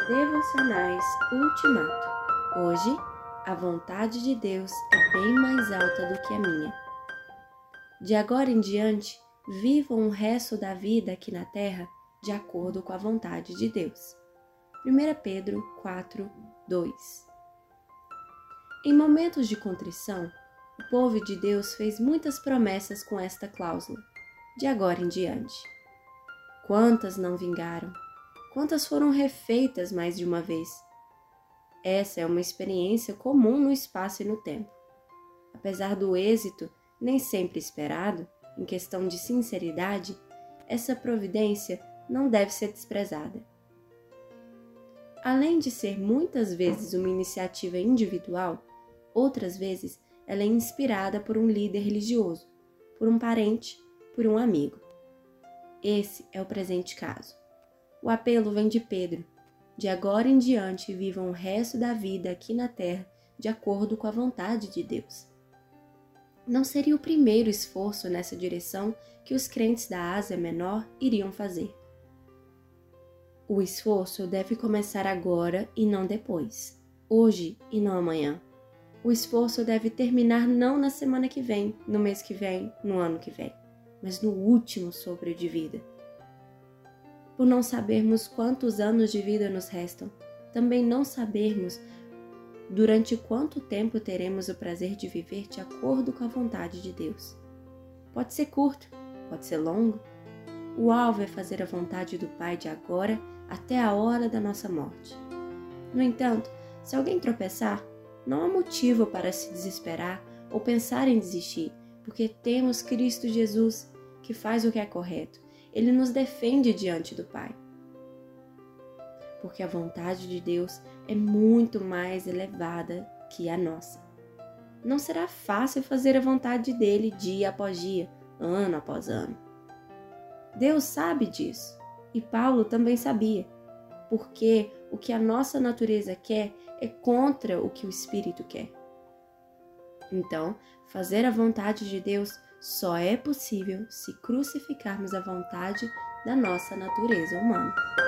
Devocionais Ultimato. Hoje, a vontade de Deus é bem mais alta do que a minha. De agora em diante, vivam o resto da vida aqui na terra de acordo com a vontade de Deus. 1 Pedro 4, 2. Em momentos de contrição, o povo de Deus fez muitas promessas com esta cláusula, de agora em diante. Quantas não vingaram? Quantas foram refeitas mais de uma vez? Essa é uma experiência comum no espaço e no tempo. Apesar do êxito nem sempre esperado, em questão de sinceridade, essa providência não deve ser desprezada. Além de ser muitas vezes uma iniciativa individual, outras vezes ela é inspirada por um líder religioso, por um parente, por um amigo. Esse é o presente caso. O apelo vem de Pedro. De agora em diante, vivam o resto da vida aqui na terra de acordo com a vontade de Deus. Não seria o primeiro esforço nessa direção que os crentes da Ásia Menor iriam fazer. O esforço deve começar agora e não depois, hoje e não amanhã. O esforço deve terminar não na semana que vem, no mês que vem, no ano que vem, mas no último sopro de vida. Por não sabermos quantos anos de vida nos restam, também não sabermos durante quanto tempo teremos o prazer de viver de acordo com a vontade de Deus. Pode ser curto, pode ser longo. O alvo é fazer a vontade do Pai de agora até a hora da nossa morte. No entanto, se alguém tropeçar, não há motivo para se desesperar ou pensar em desistir, porque temos Cristo Jesus, que faz o que é correto. Ele nos defende diante do Pai. Porque a vontade de Deus é muito mais elevada que a nossa. Não será fácil fazer a vontade dele dia após dia, ano após ano. Deus sabe disso, e Paulo também sabia, porque o que a nossa natureza quer é contra o que o Espírito quer. Então, fazer a vontade de Deus só é possível se crucificarmos a vontade da nossa natureza humana.